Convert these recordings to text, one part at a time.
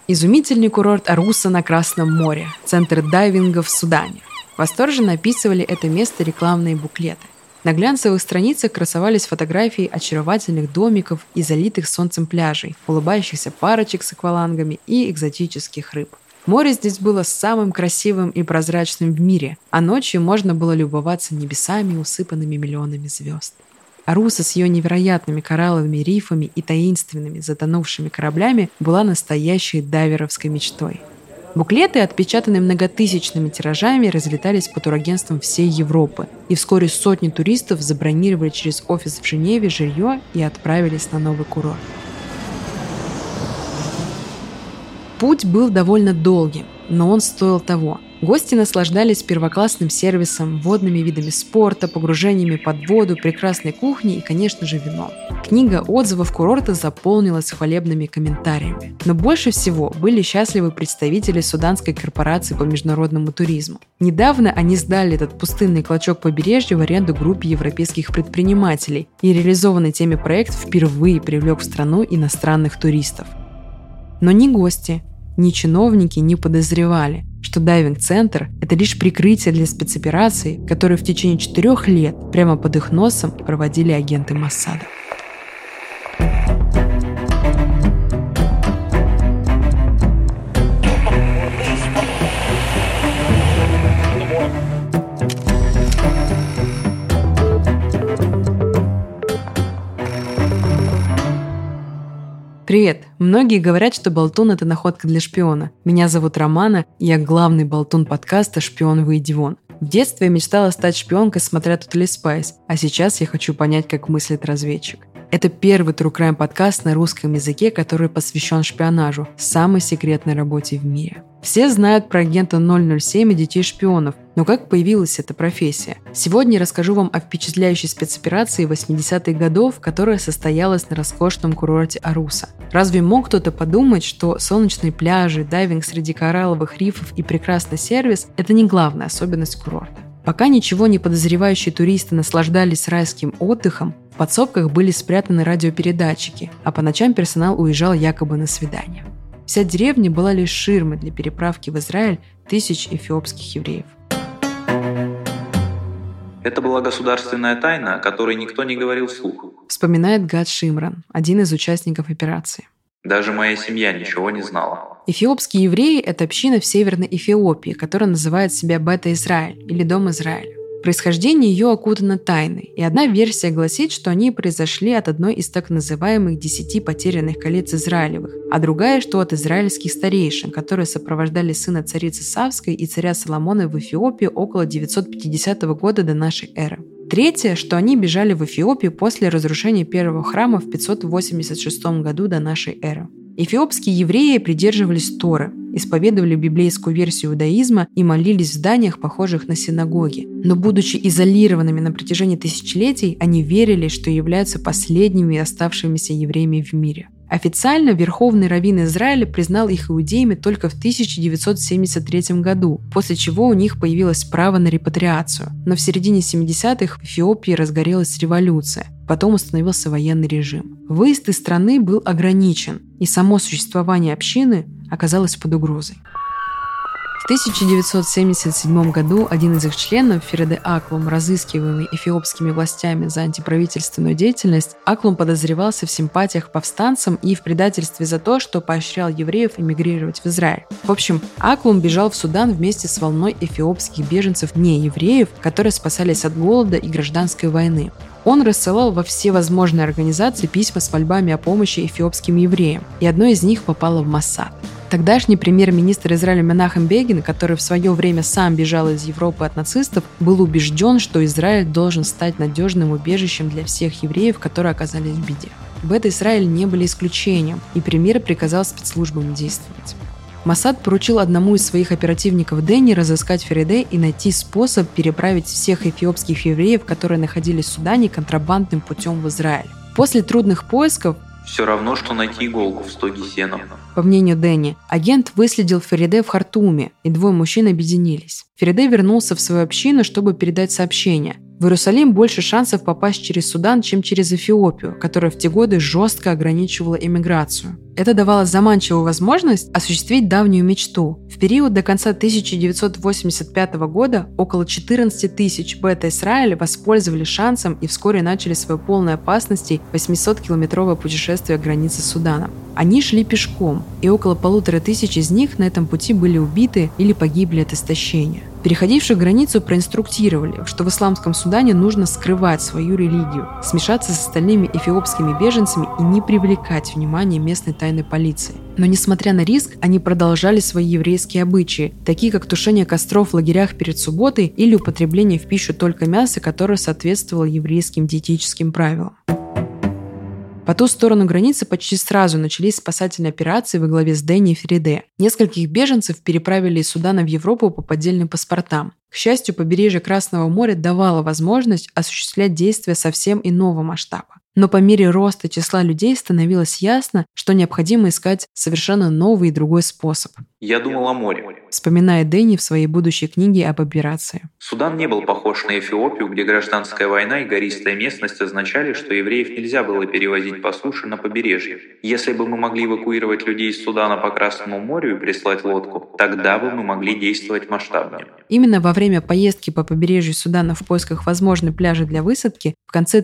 Изумительный курорт Аруса на Красном море, центр дайвинга в Судане. Восторженно описывали это место рекламные буклеты. На глянцевых страницах красовались фотографии очаровательных домиков и залитых солнцем пляжей, улыбающихся парочек с аквалангами и экзотических рыб. Море здесь было самым красивым и прозрачным в мире, а ночью можно было любоваться небесами, усыпанными миллионами звезд. Аруса с ее невероятными коралловыми рифами и таинственными затонувшими кораблями была настоящей дайверовской мечтой. Буклеты, отпечатанные многотысячными тиражами, разлетались по турагентствам всей Европы, и вскоре сотни туристов забронировали через офис в Женеве жилье и отправились на новый курорт. Путь был довольно долгим, но он стоил того. Гости наслаждались первоклассным сервисом, водными видами спорта, погружениями под воду, прекрасной кухней и, конечно же, вином. Книга отзывов курорта заполнилась хвалебными комментариями. Но больше всего были счастливы представители Суданской корпорации по международному туризму. Недавно они сдали этот пустынный клочок побережья в аренду группе европейских предпринимателей, и реализованный теми проект впервые привлек в страну иностранных туристов. Но ни гости, ни чиновники не подозревали, что дайвинг-центр – это лишь прикрытие для спецопераций, которые в течение 4 лет прямо под их носом проводили агенты Моссада. Привет! Многие говорят, что болтун – это находка для шпиона. Меня зовут Романа, и я главный болтун подкаста «Шпион, выйди вон». В детстве я мечтала стать шпионкой, смотря Totally Spies, а сейчас я хочу понять, как мыслит разведчик. Это первый True Crime подкаст на русском языке, который посвящен шпионажу, самой секретной работе в мире. Все знают про агента 007 и детей шпионов, но как появилась эта профессия? Сегодня я расскажу вам о впечатляющей спецоперации 80-х годов, которая состоялась на роскошном курорте Аруса. Разве мог кто-то подумать, что солнечные пляжи, дайвинг среди коралловых рифов и прекрасный сервис – это не главная особенность курорта? Пока ничего не подозревающие туристы наслаждались райским отдыхом, в подсобках были спрятаны радиопередатчики, а по ночам персонал уезжал якобы на свидание. Вся деревня была лишь ширмой для переправки в Израиль тысяч эфиопских евреев. Это была государственная тайна, о которой никто не говорил вслух. Вспоминает Гад Шимран, один из участников операции. Даже моя семья ничего не знала. Эфиопские евреи – это община в Северной Эфиопии, которая называет себя Бета-Израиль или Дом Израиля. Происхождение ее окутано тайной, и одна версия гласит, что они произошли от одной из так называемых 10 потерянных колец Израилевых, а другая, что от израильских старейшин, которые сопровождали сына царицы Савской и царя Соломона в Эфиопию около 950 года до нашей эры. Третье, что они бежали в Эфиопию после разрушения первого храма в 586 году до нашей эры. Эфиопские евреи придерживались Торы, исповедовали библейскую версию иудаизма и молились в зданиях, похожих на синагоги. Но, будучи изолированными на протяжении тысячелетий, они верили, что являются последними оставшимися евреями в мире. Официально верховный раввин Израиля признал их иудеями только в 1973 году, после чего у них появилось право на репатриацию. Но в середине 70-х в Эфиопии разгорелась революция, потом установился военный режим. Выезд из страны был ограничен, и само существование общины оказалось под угрозой. В 1977 году один из их членов, Фереде Аклум, разыскиваемый эфиопскими властями за антиправительственную деятельность, Аклум подозревался в симпатиях к повстанцам и в предательстве за то, что поощрял евреев эмигрировать в Израиль. В общем, Аклум бежал в Судан вместе с волной эфиопских беженцев не-евреев, которые спасались от голода и гражданской войны. Он рассылал во все возможные организации письма с мольбами о помощи эфиопским евреям, и одно из них попало в Моссад. Тогдашний премьер-министр Израиля Менахем Бегин, который в свое время сам бежал из Европы от нацистов, был убежден, что Израиль должен стать надежным убежищем для всех евреев, которые оказались в беде. Бета-Израиль не были исключением, и премьер приказал спецслужбам действовать. Моссад поручил одному из своих оперативников Дэнни разыскать Фереде и найти способ переправить всех эфиопских евреев, которые находились в Судане, контрабандным путем в Израиль. После трудных поисков Все равно, что найти иголку в стоге сена. По мнению Дэнни, агент выследил Фереде в Хартуме, и 2 мужчин объединились. Фереде вернулся в свою общину, чтобы передать сообщение. В Иерусалим больше шансов попасть через Судан, чем через Эфиопию, которая в те годы жестко ограничивала эмиграцию. Это давало заманчивую возможность осуществить давнюю мечту. В период до конца 1985 года около 14 тысяч бета-Исраэль воспользовались шансом и вскоре начали свое полной опасности 800-километровое путешествие к границе с Суданом. Они шли пешком, и около 1500 из них на этом пути были убиты или погибли от истощения. Переходивших границу проинструктировали, что в исламском Судане нужно скрывать свою религию, смешаться с остальными эфиопскими беженцами и не привлекать внимание местной тайной полиции. Но несмотря на риск, они продолжали свои еврейские обычаи, такие как тушение костров в лагерях перед субботой или употребление в пищу только мяса, которое соответствовало еврейским диетическим правилам. По ту сторону границы почти сразу начались спасательные операции во главе с Дэнни и Фериде. Нескольких беженцев переправили из Судана в Европу по поддельным паспортам. К счастью, побережье Красного моря давало возможность осуществлять действия совсем иного масштаба. Но по мере роста числа людей становилось ясно, что необходимо искать совершенно новый и другой способ. «Я думал о море», вспоминает Дэнни в своей будущей книге об операции. Судан не был похож на Эфиопию, где гражданская война и гористая местность означали, что евреев нельзя было перевозить по суше на побережье. Если бы мы могли эвакуировать людей из Судана по Красному морю и прислать лодку, тогда бы мы могли действовать масштабнее. Именно во время поездки по побережью Судана в поисках возможной пляжи для высадки в конце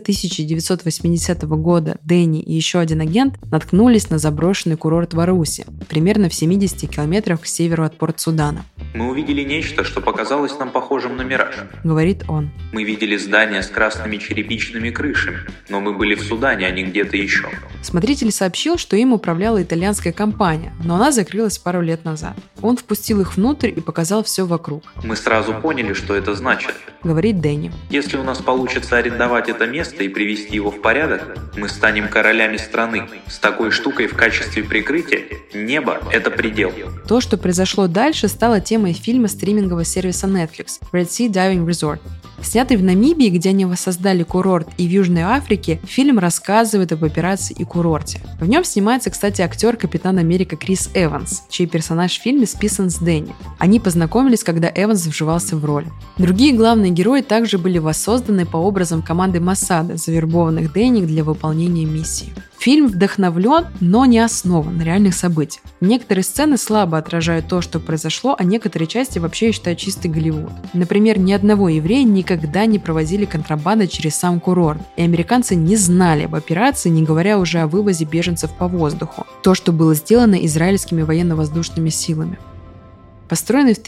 1980 года Дэнни и еще один агент наткнулись на заброшенный курорт в Арусе, примерно в 70 километрах к северу от Порт-Судана. «Мы увидели нечто, что показалось нам похожим на мираж», — говорит он. «Мы видели здания с красными черепичными крышами, но мы были в Судане, а не где-то еще». Смотритель сообщил, что им управляла итальянская компания, но она закрылась пару лет назад. Он впустил их внутрь и показал все вокруг. «Мы сразу поняли, что это значит», — говорит Дэнни. «Если у нас получится арендовать это место и привести его в порядок, мы станем королями страны. С такой штукой в качестве прикрытия небо — это предел». То, что произошло дальше, стало темой фильма стримингового сервиса Netflix Red Sea Diving Resort. Снятый в Намибии, где они воссоздали курорт, и в Южной Африке, фильм рассказывает об операции и курорте. В нем снимается, кстати, актер Капитан Америка Крис Эванс, чей персонаж в фильме списан с Дэнни. Они познакомились, когда Эванс вживался в роль. Другие главные герои также были воссозданы по образам команды Моссада, завербованных Дэнни для выполнения миссии. Фильм вдохновлен, но не основан на реальных событиях. Некоторые сцены слабо отражают то, что произошло, а некоторые части вообще я считаю чистый Голливуд. Например, ни одного еврея никогда не провозили контрабандой через сам курорт, и американцы не знали об операции, не говоря уже о вывозе беженцев по воздуху. То, что было сделано израильскими военно-воздушными силами. Построенный в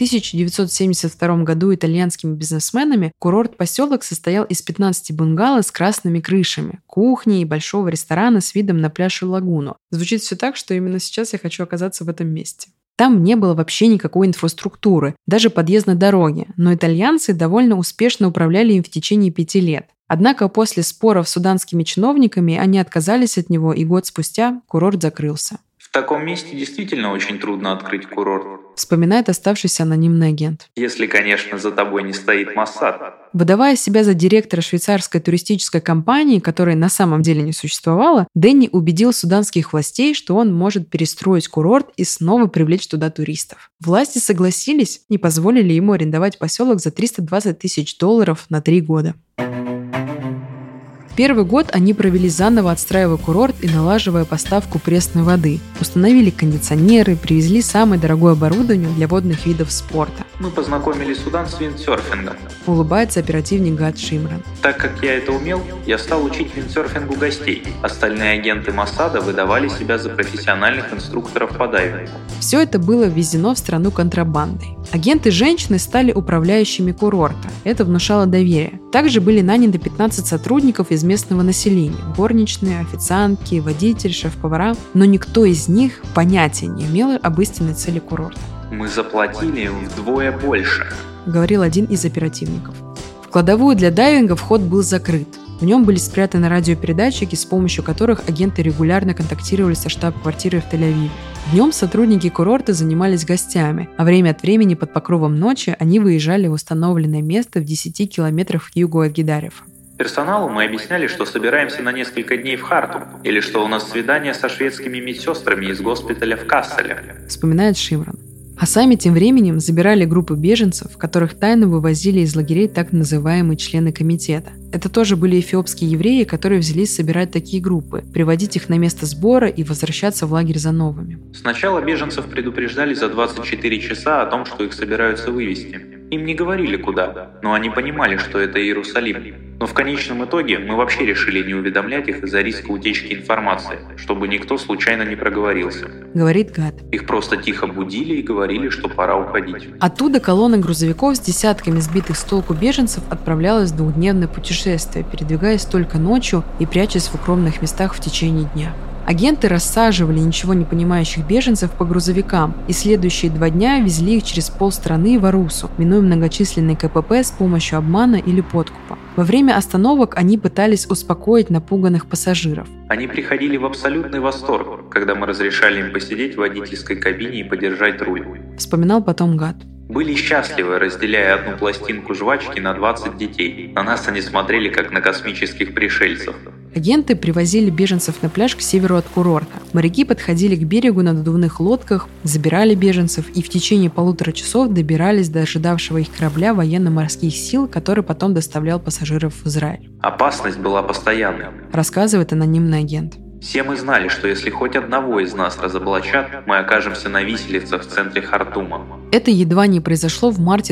1972 году итальянскими бизнесменами, курорт-поселок состоял из 15 бунгало с красными крышами, кухни и большого ресторана с видом на пляж и лагуну. Звучит все так, что именно сейчас я хочу оказаться в этом месте. Там не было вообще никакой инфраструктуры, даже подъездной дороги, но итальянцы довольно успешно управляли им в течение 5 лет. Однако после споров с суданскими чиновниками они отказались от него, и год спустя курорт закрылся. «В таком месте действительно очень трудно открыть курорт», — вспоминает оставшийся анонимный агент. «Если, конечно, за тобой не стоит Моссад». Выдавая себя за директора швейцарской туристической компании, которой на самом деле не существовало, Дэнни убедил суданских властей, что он может перестроить курорт и снова привлечь туда туристов. Власти согласились и позволили ему арендовать поселок за $320 тысяч на 3 года. Первый год они провели заново, отстраивая курорт и налаживая поставку пресной воды. Установили кондиционеры, привезли самое дорогое оборудование для водных видов спорта. «Мы познакомили Судан с виндсерфингом», — улыбается оперативник Гад Шимран. «Так как я это умел, я стал учить виндсерфингу гостей. Остальные агенты Моссада выдавали себя за профессиональных инструкторов по дайвингу». Все это было ввезено в страну контрабандой. Агенты-женщины стали управляющими курорта. Это внушало доверие. Также были наняты 15 сотрудников из местного населения – горничные, официантки, водитель, шеф-повара. Но никто из них понятия не имел об истинной цели курорта. «Мы заплатили им вдвое больше», — говорил один из оперативников. В кладовую для дайвинга вход был закрыт. В нем были спрятаны радиопередатчики, с помощью которых агенты регулярно контактировали со штаб-квартирой в Тель-Авиве. Днем сотрудники курорта занимались гостями, а время от времени под покровом ночи они выезжали в установленное место в 10 километрах к югу от Гейдарефа. «Персоналу мы объясняли, что собираемся на несколько дней в Хартум, или что у нас свидание со шведскими медсестрами из госпиталя в Касселе», — вспоминает Шимран. А сами тем временем забирали группы беженцев, которых тайно вывозили из лагерей так называемые члены комитета. Это тоже были эфиопские евреи, которые взялись собирать такие группы, приводить их на место сбора и возвращаться в лагерь за новыми. Сначала беженцев предупреждали за 24 часа о том, что их собираются вывести. Им не говорили куда, но они понимали, что это Иерусалим. Но в конечном итоге мы вообще решили не уведомлять их из-за риска утечки информации, чтобы никто случайно не проговорился. Говорит Гад. Их просто тихо будили и говорили, что пора уходить. Оттуда колонна грузовиков с десятками сбитых с толку беженцев отправлялась в двухдневное путешествие, передвигаясь только ночью и прячась в укромных местах в течение дня. Агенты рассаживали ничего не понимающих беженцев по грузовикам и следующие 2 дня везли их через полстраны в Арусу, минуя многочисленные КПП с помощью обмана или подкупа. Во время остановок они пытались успокоить напуганных пассажиров. Они приходили в абсолютный восторг, когда мы разрешали им посидеть в водительской кабине и подержать руль. Вспоминал потом Гад. Были счастливы, разделяя одну пластинку жвачки на 20 детей. На нас они смотрели, как на космических пришельцев. Агенты привозили беженцев на пляж к северу от курорта. Моряки подходили к берегу на надувных лодках, забирали беженцев и в течение 1,5 часов добирались до ожидавшего их корабля военно-морских сил, который потом доставлял пассажиров в Израиль. Опасность была постоянной, рассказывает анонимный агент. Все мы знали, что если хоть одного из нас разоблачат, мы окажемся на виселице в центре Хартума. Это едва не произошло в марте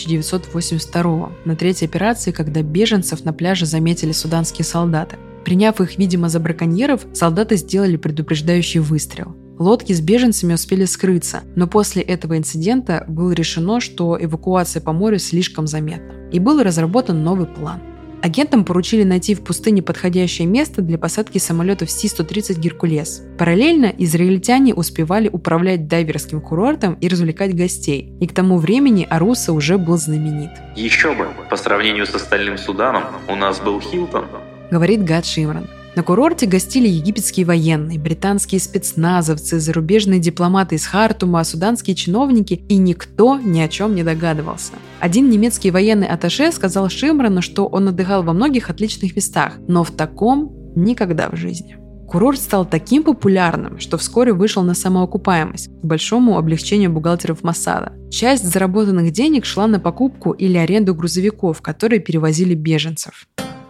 1982 на третьей операции, когда беженцев на пляже заметили суданские солдаты. Приняв их, видимо, за браконьеров, солдаты сделали предупреждающий выстрел. Лодки с беженцами успели скрыться, но после этого инцидента было решено, что эвакуация по морю слишком заметна. И был разработан новый план. Агентам поручили найти в пустыне подходящее место для посадки самолетов Си-130 «Геркулес». Параллельно израильтяне успевали управлять дайверским курортом и развлекать гостей. И к тому времени Аруса уже был знаменит. Еще бы, по сравнению с остальным Суданом, у нас был Хилтон. Говорит Гад Шимран. На курорте гостили египетские военные, британские спецназовцы, зарубежные дипломаты из Хартума, суданские чиновники, и никто ни о чем не догадывался. Один немецкий военный атташе сказал Шимрану, что он отдыхал во многих отличных местах, но в таком никогда в жизни. Курорт стал таким популярным, что вскоре вышел на самоокупаемость, к большому облегчению бухгалтеров Моссада. Часть заработанных денег шла на покупку или аренду грузовиков, которые перевозили беженцев.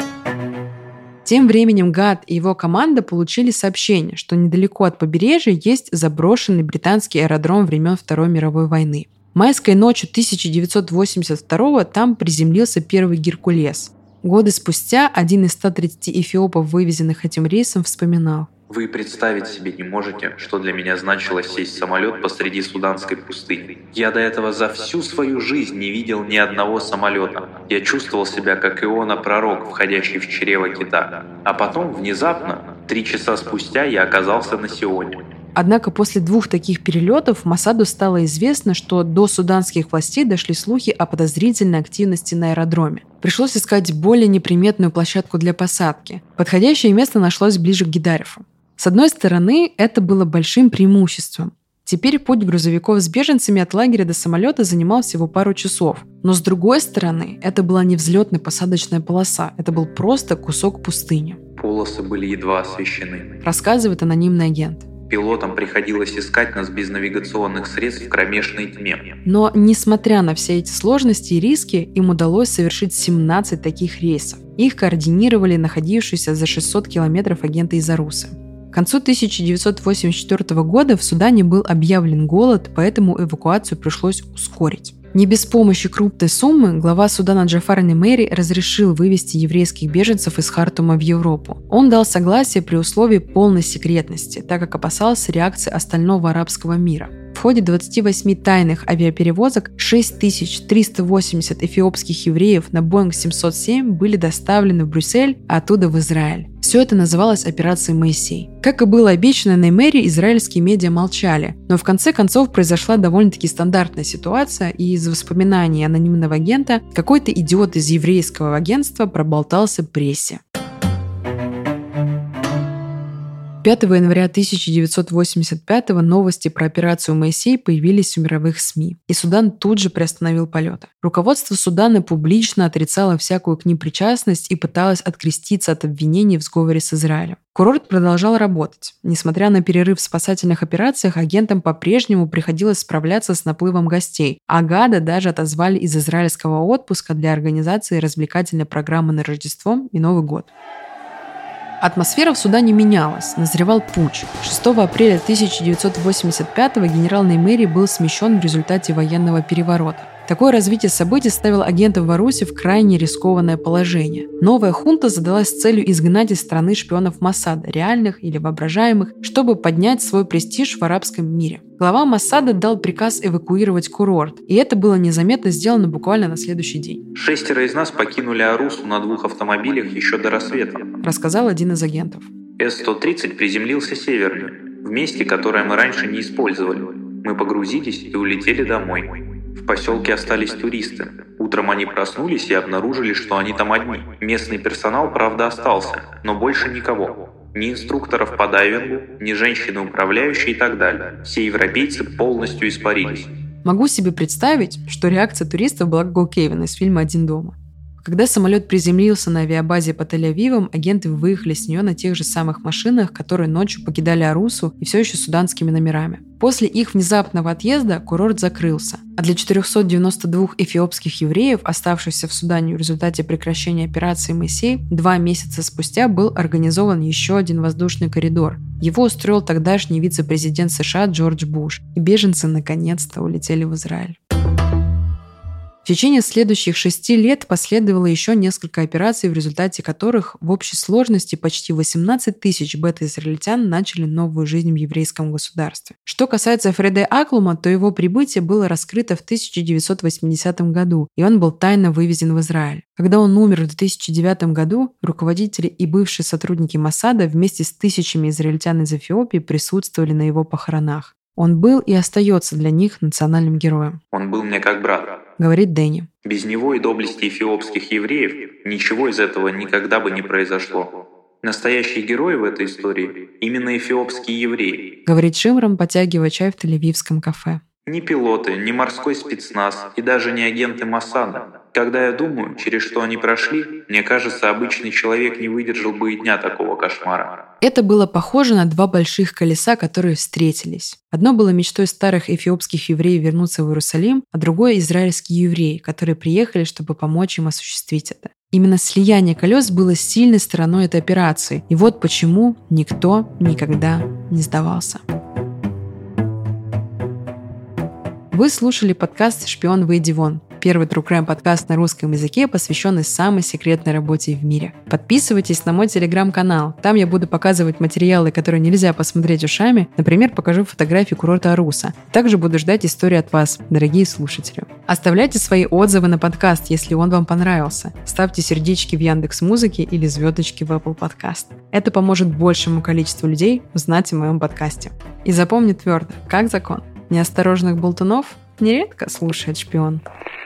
Тем временем Гад и его команда получили сообщение, что недалеко от побережья есть заброшенный британский аэродром времен Второй мировой войны. Майской ночью 1982-го там приземлился первый «Геркулес». Годы спустя один из 130 эфиопов, вывезенных этим рейсом, вспоминал. Вы представить себе не можете, что для меня значило сесть в самолет посреди суданской пустыни. Я до этого за всю свою жизнь не видел ни одного самолета. Я чувствовал себя как Иона-пророк, входящий в чрево кита. А потом, внезапно, 3 часа спустя я оказался на Сионе. Однако после 2 таких перелетов Моссаду стало известно, что до суданских властей дошли слухи о подозрительной активности на аэродроме. Пришлось искать более неприметную площадку для посадки. Подходящее место нашлось ближе к Гейдарефу. С одной стороны, это было большим преимуществом. Теперь путь грузовиков с беженцами от лагеря до самолета занимал всего пару часов. Но с другой стороны, это была не взлетно-посадочная полоса, это был просто кусок пустыни. Полосы были едва освещены, рассказывает анонимный агент. Пилотам приходилось искать нас без навигационных средств в кромешной тьме. Но, несмотря на все эти сложности и риски, им удалось совершить 17 таких рейсов. Их координировали находившиеся за 600 километров агенты из Арусы. К концу 1984 года в Судане был объявлен голод, поэтому эвакуацию пришлось ускорить. Не без помощи крупной суммы глава Судана Джафар Немери разрешил вывести еврейских беженцев из Хартума в Европу. Он дал согласие при условии полной секретности, так как опасался реакции остального арабского мира. В ходе 28 тайных авиаперевозок 6380 эфиопских евреев на Boeing 707 были доставлены в Брюссель, а оттуда в Израиль. Все это называлось операцией «Моисей». Как и было обещано Немери, израильские медиа молчали. Но в конце концов произошла довольно-таки стандартная ситуация, и из воспоминаний анонимного агента какой-то идиот из еврейского агентства проболтался прессе. 5 января 1985 новости про операцию «Моисей» появились в мировых СМИ, и Судан тут же приостановил полеты. Руководство Судана публично отрицало всякую к ним причастность и пыталось откреститься от обвинений в сговоре с Израилем. Курорт продолжал работать. Несмотря на перерыв в спасательных операциях, агентам по-прежнему приходилось справляться с наплывом гостей, а Гада даже отозвали из израильского отпуска для организации развлекательной программы на Рождество и Новый год. Атмосфера в Судане менялась, назревал путч. 6 апреля 1985-го генерал Неймери был смещен в результате военного переворота. Такое развитие событий ставило агентов в Арусе в крайне рискованное положение. Новая хунта задалась целью изгнать из страны шпионов Моссада, реальных или воображаемых, чтобы поднять свой престиж в арабском мире. Глава Моссада дал приказ эвакуировать курорт, и это было незаметно сделано буквально на следующий день. 6 из нас покинули Арусу на 2 автомобилях еще до рассвета, рассказал один из агентов. С-130 приземлился севернее, в месте, которое мы раньше не использовали. Мы погрузились и улетели домой. В поселке остались туристы. Утром они проснулись и обнаружили, что они там одни. Местный персонал, правда, остался, но больше никого. Ни инструкторов по дайвингу, ни женщины-управляющие и так далее. Все европейцы полностью испарились. Могу себе представить, что реакция туристов была как у Кевина из фильма «Один дома». Когда самолет приземлился на авиабазе под Тель-Авивом, агенты выехали с нее на тех же самых машинах, которые ночью покидали Арусу и все еще суданскими номерами. После их внезапного отъезда курорт закрылся, а для 492 эфиопских евреев, оставшихся в Судане в результате прекращения операции «Моисей», 2 месяца спустя был организован еще один воздушный коридор. Его устроил тогдашний вице-президент США Джордж Буш, и беженцы наконец-то улетели в Израиль. В течение следующих 6 лет последовало еще несколько операций, в результате которых в общей сложности почти 18 тысяч бета-израильтян начали новую жизнь в еврейском государстве. Что касается Фреде Аклума, то его прибытие было раскрыто в 1980 году, и он был тайно вывезен в Израиль. Когда он умер в 2009 году, руководители и бывшие сотрудники Моссада вместе с тысячами израильтян из Эфиопии присутствовали на его похоронах. Он был и остается для них национальным героем. Он был мне как брат, говорит Дэнни. Без него и доблести эфиопских евреев ничего из этого никогда бы не произошло. Настоящие герои в этой истории именно эфиопские евреи, говорит Шимран, потягивая чай в тель-авивском кафе. Ни пилоты, ни морской спецназ и даже не агенты Моссада. Когда я думаю, через что они прошли, мне кажется, обычный человек не выдержал бы и дня такого кошмара. Это было похоже на 2 больших колеса, которые встретились. Одно было мечтой старых эфиопских евреев вернуться в Иерусалим, а другое — израильские евреи, которые приехали, чтобы помочь им осуществить это. Именно слияние колес было сильной стороной этой операции. И вот почему никто никогда не сдавался. Вы слушали подкаст «Шпион, выйди вон». Первый True Crime подкаст на русском языке, посвященный самой секретной работе в мире. Подписывайтесь на мой телеграм-канал. Там я буду показывать материалы, которые нельзя посмотреть ушами. Например, покажу фотографии курорта Аруса. Также буду ждать истории от вас, дорогие слушатели. Оставляйте свои отзывы на подкаст, если он вам понравился. Ставьте сердечки в Яндекс.Музыке или звездочки в Apple Podcast. Это поможет большему количеству людей узнать о моем подкасте. И запомни твердо, как закон. Неосторожных болтунов нередко слушает шпион.